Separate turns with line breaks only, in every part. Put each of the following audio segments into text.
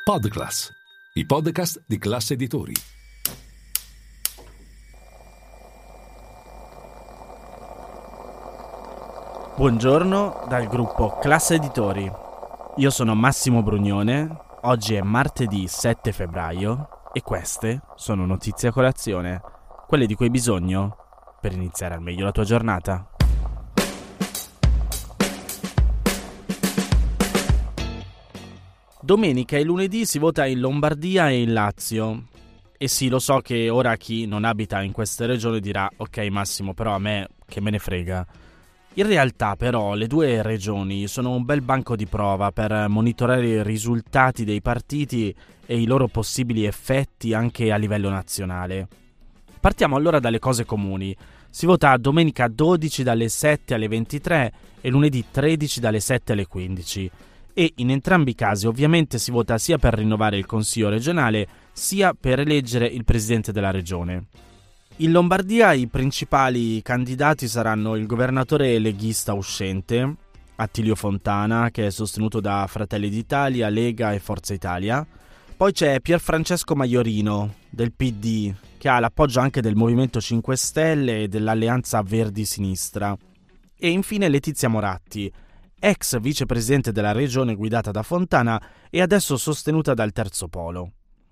Podclass, i podcast di Classe Editori.
Buongiorno dal gruppo Classe Editori. Io sono Massimo Brugnone, oggi è martedì 7 febbraio e queste sono notizie a colazione, quelle di cui hai bisogno per iniziare al meglio la tua giornata. Domenica e lunedì si vota in Lombardia e in Lazio. E sì, lo so che ora chi non abita in queste regioni dirà ok Massimo, però a me che me ne frega. In realtà però le due regioni sono un bel banco di prova per monitorare i risultati dei partiti e i loro possibili effetti anche a livello nazionale. Partiamo allora dalle cose comuni. Si vota domenica 12 dalle 7 alle 23 e lunedì 13 dalle 7 alle 15. E in entrambi i casi ovviamente si vota sia per rinnovare il Consiglio regionale sia per eleggere il presidente della regione. In Lombardia i principali candidati saranno il governatore leghista uscente, Attilio Fontana, che è sostenuto da Fratelli d'Italia, Lega e Forza Italia. Poi c'è Pierfrancesco Maiorino del PD, che ha l'appoggio anche del Movimento 5 Stelle e dell'Alleanza Verdi-Sinistra. E infine Letizia Moratti, ex vicepresidente della regione guidata da Fontana e adesso sostenuta dal Terzo Polo.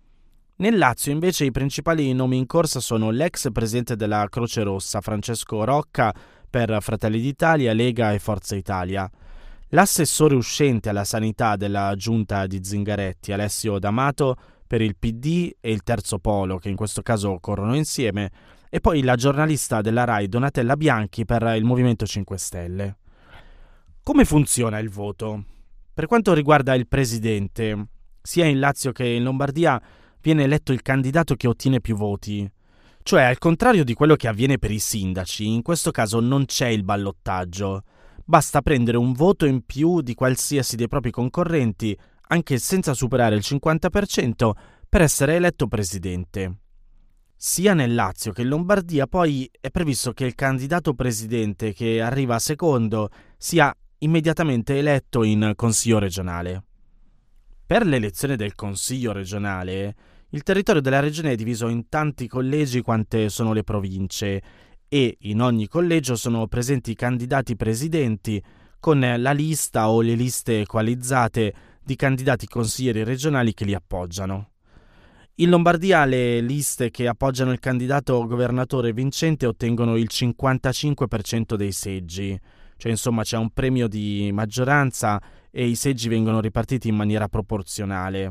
Nel Lazio invece i principali nomi in corsa sono l'ex presidente della Croce Rossa Francesco Rocca per Fratelli d'Italia, Lega e Forza Italia, l'assessore uscente alla sanità della giunta di Zingaretti Alessio D'Amato per il PD e il Terzo Polo, che in questo caso corrono insieme, e poi la giornalista della Rai Donatella Bianchi per il Movimento 5 Stelle. Come funziona il voto? Per quanto riguarda il presidente, sia in Lazio che in Lombardia viene eletto il candidato che ottiene più voti. Cioè, al contrario di quello che avviene per i sindaci, in questo caso non c'è il ballottaggio. Basta prendere un voto in più di qualsiasi dei propri concorrenti, anche senza superare il 50%, per essere eletto presidente. Sia nel Lazio che in Lombardia poi è previsto che il candidato presidente che arriva secondo sia immediatamente eletto in Consiglio regionale. Per l'elezione del Consiglio regionale, il territorio della regione è diviso in tanti collegi quante sono le province e in ogni collegio sono presenti i candidati presidenti con la lista o le liste coalizzate di candidati consiglieri regionali che li appoggiano. In Lombardia le liste che appoggiano il candidato governatore vincente ottengono il 55% dei seggi. Cioè insomma c'è un premio di maggioranza e i seggi vengono ripartiti in maniera proporzionale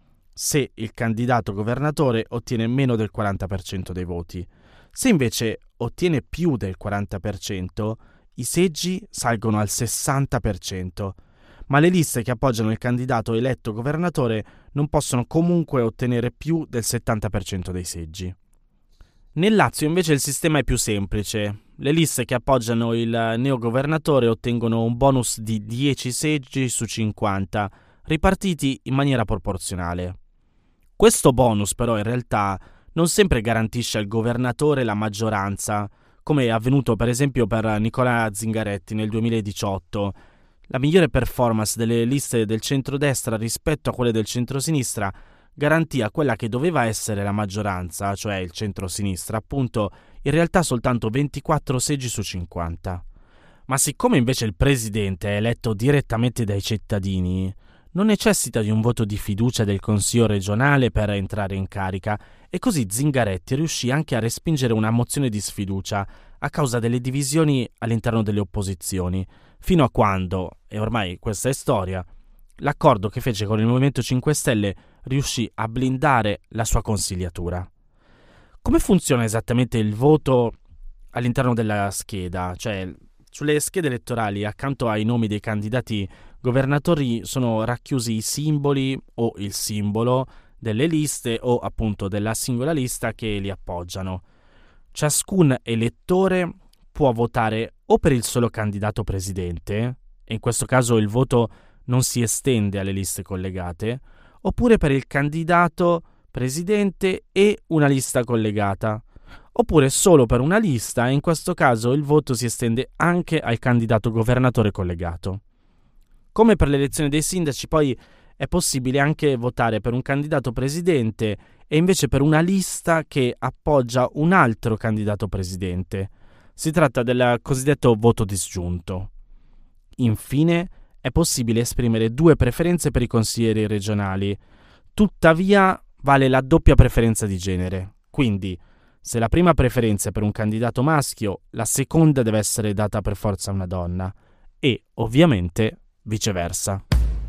se il candidato governatore ottiene meno del 40% dei voti. Se invece ottiene più del 40%, i seggi salgono al 60%, ma le liste che appoggiano il candidato eletto governatore non possono comunque ottenere più del 70% dei seggi. Nel Lazio invece il sistema è più semplice. Le liste che appoggiano il neogovernatore ottengono un bonus di 10 seggi su 50, ripartiti in maniera proporzionale. Questo bonus però in realtà non sempre garantisce al governatore la maggioranza, come è avvenuto per esempio per Nicola Zingaretti nel 2018. La migliore performance delle liste del centrodestra rispetto a quelle del centrosinistra garantì a quella che doveva essere la maggioranza, cioè il centro-sinistra, appunto, in realtà soltanto 24 seggi su 50. Ma siccome invece il presidente è eletto direttamente dai cittadini, non necessita di un voto di fiducia del Consiglio regionale per entrare in carica e così Zingaretti riuscì anche a respingere una mozione di sfiducia a causa delle divisioni all'interno delle opposizioni, fino a quando, e ormai questa è storia, l'accordo che fece con il Movimento 5 Stelle riuscì a blindare la sua consigliatura. Come funziona esattamente il voto all'interno della scheda? Cioè, sulle schede elettorali, accanto ai nomi dei candidati governatori, sono racchiusi i simboli o il simbolo delle liste o appunto della singola lista che li appoggiano. Ciascun elettore può votare o per il solo candidato presidente, e in questo caso il voto non si estende alle liste collegate, oppure per il candidato presidente e una lista collegata, oppure solo per una lista e in questo caso il voto si estende anche al candidato governatore collegato. Come per l'elezione dei sindaci, poi è possibile anche votare per un candidato presidente e invece per una lista che appoggia un altro candidato presidente. Si tratta del cosiddetto voto disgiunto. Infine, è possibile esprimere 2 preferenze per i consiglieri regionali. Tuttavia, vale la doppia preferenza di genere. Quindi, se la prima preferenza è per un candidato maschio, la seconda deve essere data per forza a una donna. E, ovviamente, viceversa.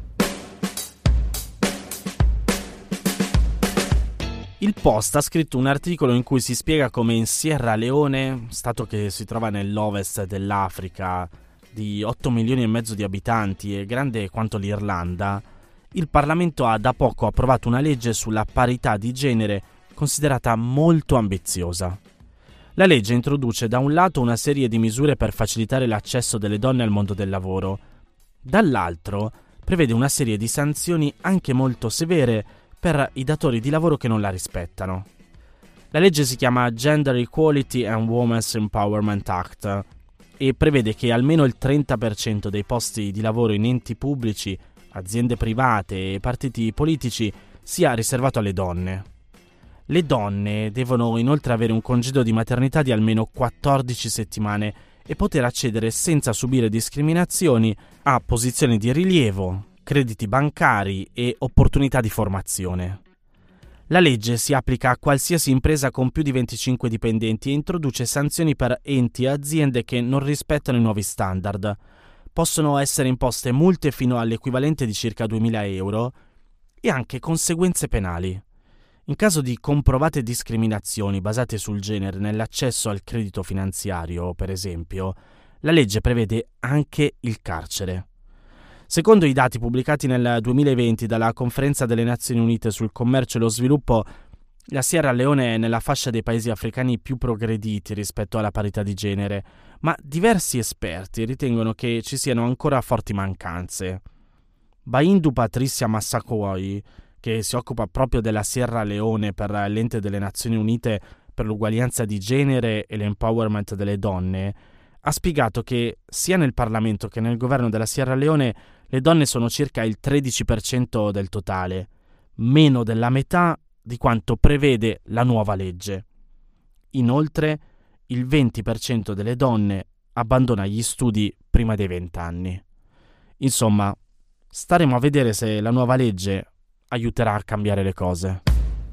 Il Post ha scritto un articolo in cui si spiega come in Sierra Leone, stato che si trova nell'ovest dell'Africa, di 8 milioni e mezzo di abitanti e grande quanto l'Irlanda, il Parlamento ha da poco approvato una legge sulla parità di genere considerata molto ambiziosa. La legge introduce da un lato una serie di misure per facilitare l'accesso delle donne al mondo del lavoro, dall'altro prevede una serie di sanzioni anche molto severe per i datori di lavoro che non la rispettano. La legge si chiama Gender Equality and Women's Empowerment Act e prevede che almeno il 30% dei posti di lavoro in enti pubblici, aziende private e partiti politici sia riservato alle donne. Le donne devono inoltre avere un congedo di maternità di almeno 14 settimane e poter accedere senza subire discriminazioni a posizioni di rilievo, crediti bancari e opportunità di formazione. La legge si applica a qualsiasi impresa con più di 25 dipendenti e introduce sanzioni per enti e aziende che non rispettano i nuovi standard. Possono essere imposte multe fino all'equivalente di circa 2.000 euro e anche conseguenze penali. In caso di comprovate discriminazioni basate sul genere nell'accesso al credito finanziario, per esempio, la legge prevede anche il carcere. Secondo i dati pubblicati nel 2020 dalla Conferenza delle Nazioni Unite sul commercio e lo sviluppo, la Sierra Leone è nella fascia dei paesi africani più progrediti rispetto alla parità di genere, ma diversi esperti ritengono che ci siano ancora forti mancanze. Bayindu Patricia Massaquoi, che si occupa proprio della Sierra Leone per l'Ente delle Nazioni Unite per l'uguaglianza di genere e l'empowerment delle donne, ha spiegato che sia nel Parlamento che nel governo della Sierra Leone le donne sono circa il 13% del totale, meno della metà di quanto prevede la nuova legge. Inoltre, il 20% delle donne abbandona gli studi prima dei 20 anni. Insomma, staremo a vedere se la nuova legge aiuterà a cambiare le cose.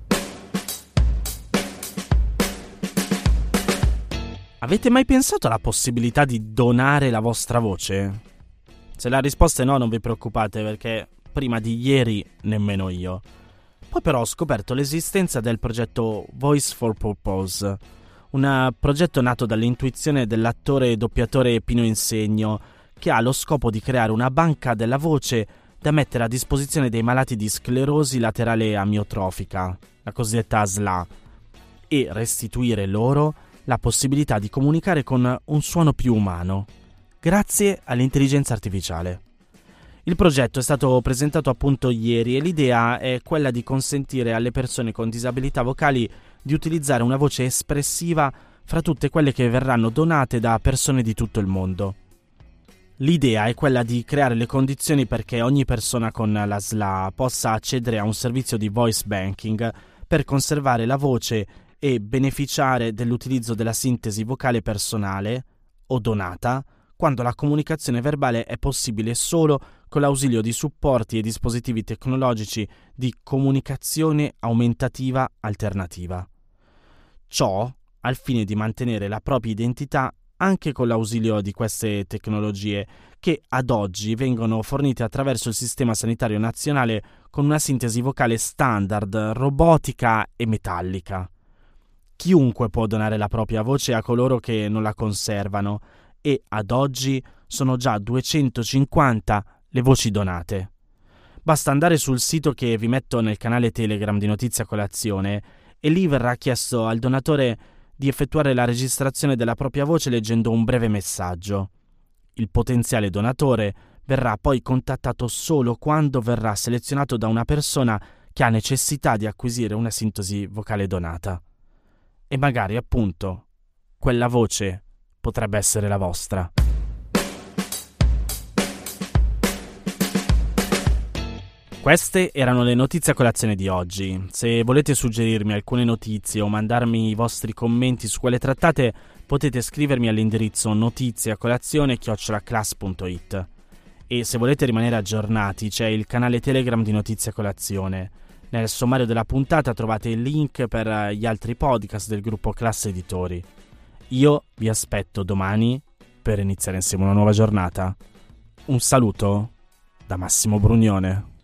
Avete mai pensato alla possibilità di donare la vostra voce? Se la risposta è no, non vi preoccupate perché prima di ieri nemmeno io. Poi però ho scoperto l'esistenza del progetto Voice for Purpose, un progetto nato dall'intuizione dell'attore e doppiatore Pino Insegno, che ha lo scopo di creare una banca della voce da mettere a disposizione dei malati di sclerosi laterale amiotrofica, la cosiddetta SLA, e restituire loro la possibilità di comunicare con un suono più umano, grazie all'intelligenza artificiale. Il progetto è stato presentato appunto ieri e l'idea è quella di consentire alle persone con disabilità vocali di utilizzare una voce espressiva fra tutte quelle che verranno donate da persone di tutto il mondo. L'idea è quella di creare le condizioni perché ogni persona con la SLA possa accedere a un servizio di voice banking per conservare la voce e beneficiare dell'utilizzo della sintesi vocale personale o donata quando la comunicazione verbale è possibile solo con l'ausilio di supporti e dispositivi tecnologici di comunicazione aumentativa alternativa. Ciò al fine di mantenere la propria identità anche con l'ausilio di queste tecnologie che ad oggi vengono fornite attraverso il Sistema Sanitario Nazionale con una sintesi vocale standard, robotica e metallica. Chiunque può donare la propria voce a coloro che non la conservano e ad oggi sono già 250 le voci donate. Basta andare sul sito che vi metto nel canale Telegram di Notizia Colazione e lì verrà chiesto al donatore di effettuare la registrazione della propria voce leggendo un breve messaggio. Il potenziale donatore verrà poi contattato solo quando verrà selezionato da una persona che ha necessità di acquisire una sintesi vocale donata. E magari, appunto, quella voce potrebbe essere la Queste erano le notizie a colazione di oggi. Se volete suggerirmi alcune notizie o mandarmi i vostri commenti su quelle trattate, potete scrivermi all'indirizzo notiziacolazione@class.it. E se volete rimanere aggiornati, c'è il canale Telegram di Notizie a Colazione. Nel sommario della puntata trovate il link per gli altri podcast del gruppo Class Editori. Io vi aspetto domani per iniziare insieme una nuova giornata. Un saluto da Massimo Brugnone.